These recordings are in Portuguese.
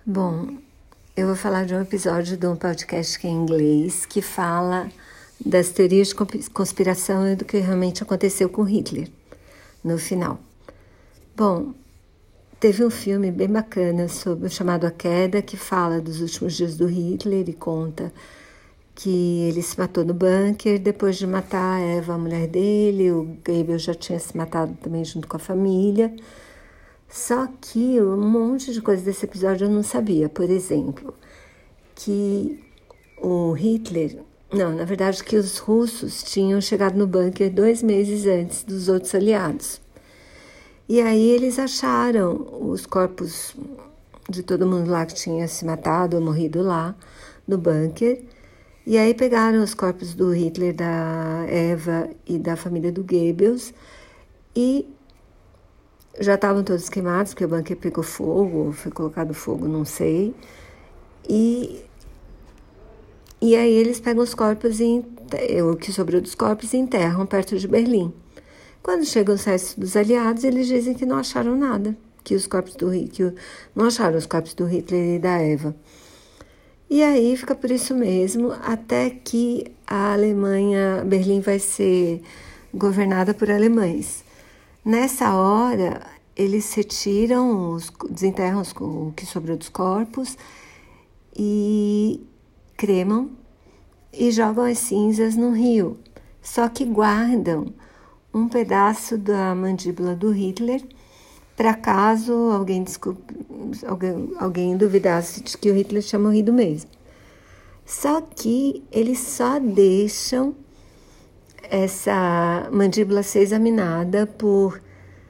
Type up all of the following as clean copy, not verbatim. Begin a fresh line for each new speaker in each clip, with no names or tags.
Bom, eu vou falar de um episódio de um podcast que é em inglês que fala das teorias de conspiração e do que realmente aconteceu com Hitler no final. Bom, teve um filme bem bacana chamado A Queda, que fala dos últimos dias do Hitler e conta que ele se matou no bunker depois de matar a Eva, a mulher dele. O Goebbels já tinha se matado também junto com a família. Só que um monte de coisa desse episódio eu não sabia. Por exemplo, que o Hitler... Não, na verdade que os russos tinham chegado no bunker 2 meses antes dos outros aliados. E aí eles acharam os corpos de todo mundo lá que tinha se matado ou morrido lá no bunker. E aí pegaram os corpos do Hitler, da Eva e da família do Goebbels e já estavam todos queimados, porque o bunker pegou fogo, foi colocado fogo, não sei. E aí eles pegam os corpos, o que sobrou dos corpos, e enterram perto de Berlim. Quando chegam os restos dos aliados, eles dizem que não acharam nada, que não acharam os corpos do Hitler e da Eva. E aí fica por isso mesmo, até que a Berlim vai ser governada por alemães. Nessa hora, eles retiram, desenterram o que sobrou dos corpos e cremam e jogam as cinzas no rio. Só que guardam um pedaço da mandíbula do Hitler para caso alguém duvidasse de que o Hitler tinha morrido mesmo. Só que eles só deixam essa mandíbula ser examinada por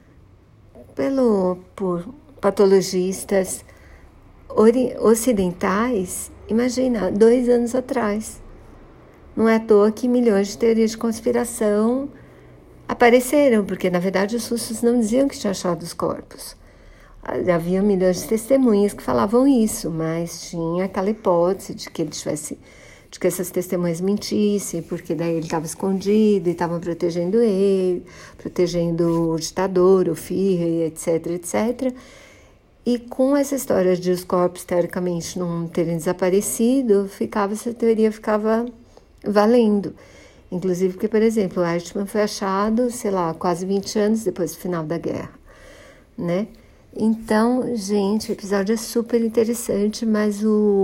patologistas ocidentais, imagina, 2 anos atrás. Não é à toa que milhões de teorias de conspiração apareceram, porque na verdade os russos não diziam que tinham achado os corpos. Havia milhões de testemunhas que falavam isso, mas tinha aquela hipótese de que essas testemunhas mentissem, porque daí ele estava escondido e estavam protegendo ele, protegendo o ditador, o Führer, etc, etc. E com essa história de os corpos, teoricamente, não terem desaparecido, essa teoria ficava valendo. Inclusive porque, por exemplo, o Eichmann foi achado, quase 20 anos depois do final da guerra, né? Então, gente, o episódio é super interessante, mas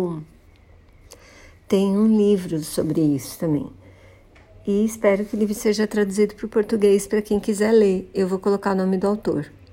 tem um livro sobre isso também. E espero que o livro seja traduzido para o português para quem quiser ler. Eu vou colocar o nome do autor.